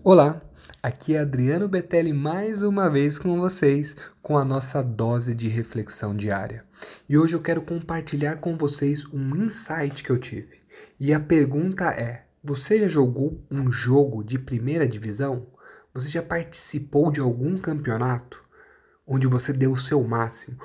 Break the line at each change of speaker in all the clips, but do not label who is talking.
Olá, aqui é Adriano Betelli mais uma vez com vocês com a nossa dose de reflexão diária. E hoje eu quero compartilhar com vocês um insight que eu tive. E a pergunta é: você já jogou um jogo de primeira divisão? Você já participou de algum campeonato onde você deu o seu máximo,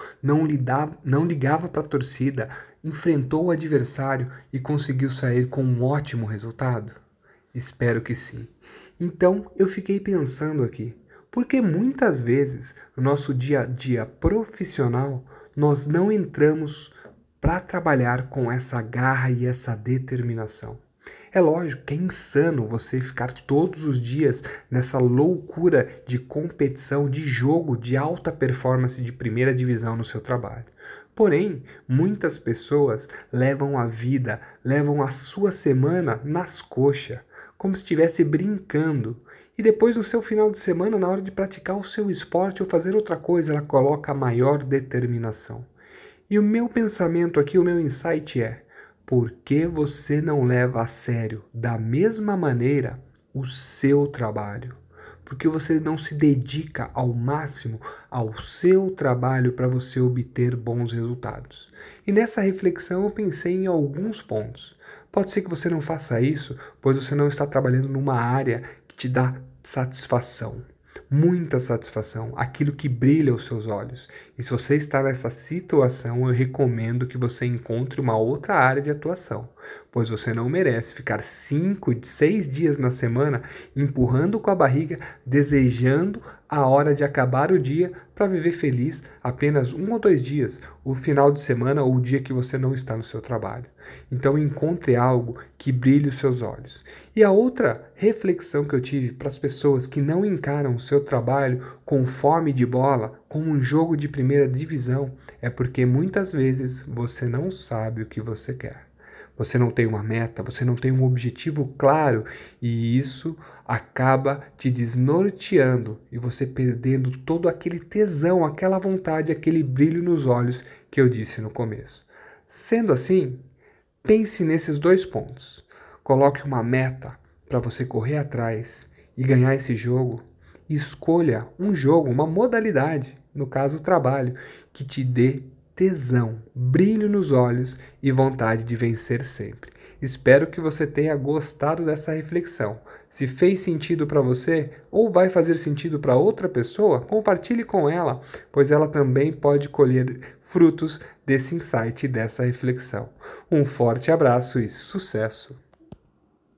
não ligava para a torcida, enfrentou o adversário e conseguiu sair com um ótimo resultado? Espero que sim. Então eu fiquei pensando aqui, porque muitas vezes no nosso dia a dia profissional nós não entramos para trabalhar com essa garra e essa determinação. É lógico que é insano você ficar todos os dias nessa loucura de competição, de jogo de alta performance de primeira divisão no seu trabalho. Porém, muitas pessoas levam a vida, levam a sua semana nas coxas, como se estivesse brincando. E depois, no seu final de semana, na hora de praticar o seu esporte ou fazer outra coisa, ela coloca a maior determinação. E o meu pensamento aqui, o meu insight é: por que você não leva a sério da mesma maneira o seu trabalho? Porque você não se dedica ao máximo ao seu trabalho para você obter bons resultados. E nessa reflexão eu pensei em alguns pontos. Pode ser que você não faça isso, pois você não está trabalhando numa área que te dá satisfação. Muita satisfação, aquilo que brilha aos seus olhos. E se você está nessa situação, eu recomendo que você encontre uma outra área de atuação, pois você não merece ficar 6 dias na semana empurrando com a barriga, desejando a hora de acabar o dia para viver feliz apenas 1 ou 2 dias, o final de semana ou o dia que você não está no seu trabalho. Então encontre algo que brilhe os seus olhos. E a outra reflexão que eu tive para as pessoas que não encaram o seu trabalho com fome de bola, como um jogo de primeira divisão, é porque muitas vezes você não sabe o que você quer. Você não tem uma meta, você não tem um objetivo claro e isso acaba te desnorteando e você perdendo todo aquele tesão, aquela vontade, aquele brilho nos olhos que eu disse no começo. Sendo assim, pense nesses 2 pontos. Coloque uma meta para você correr atrás e ganhar esse jogo. Escolha um jogo, uma modalidade, no caso o trabalho, que te dê tesão, brilho nos olhos e vontade de vencer sempre. Espero que você tenha gostado dessa reflexão. Se fez sentido para você ou vai fazer sentido para outra pessoa, compartilhe com ela, pois ela também pode colher frutos desse insight e dessa reflexão. Um forte abraço e sucesso!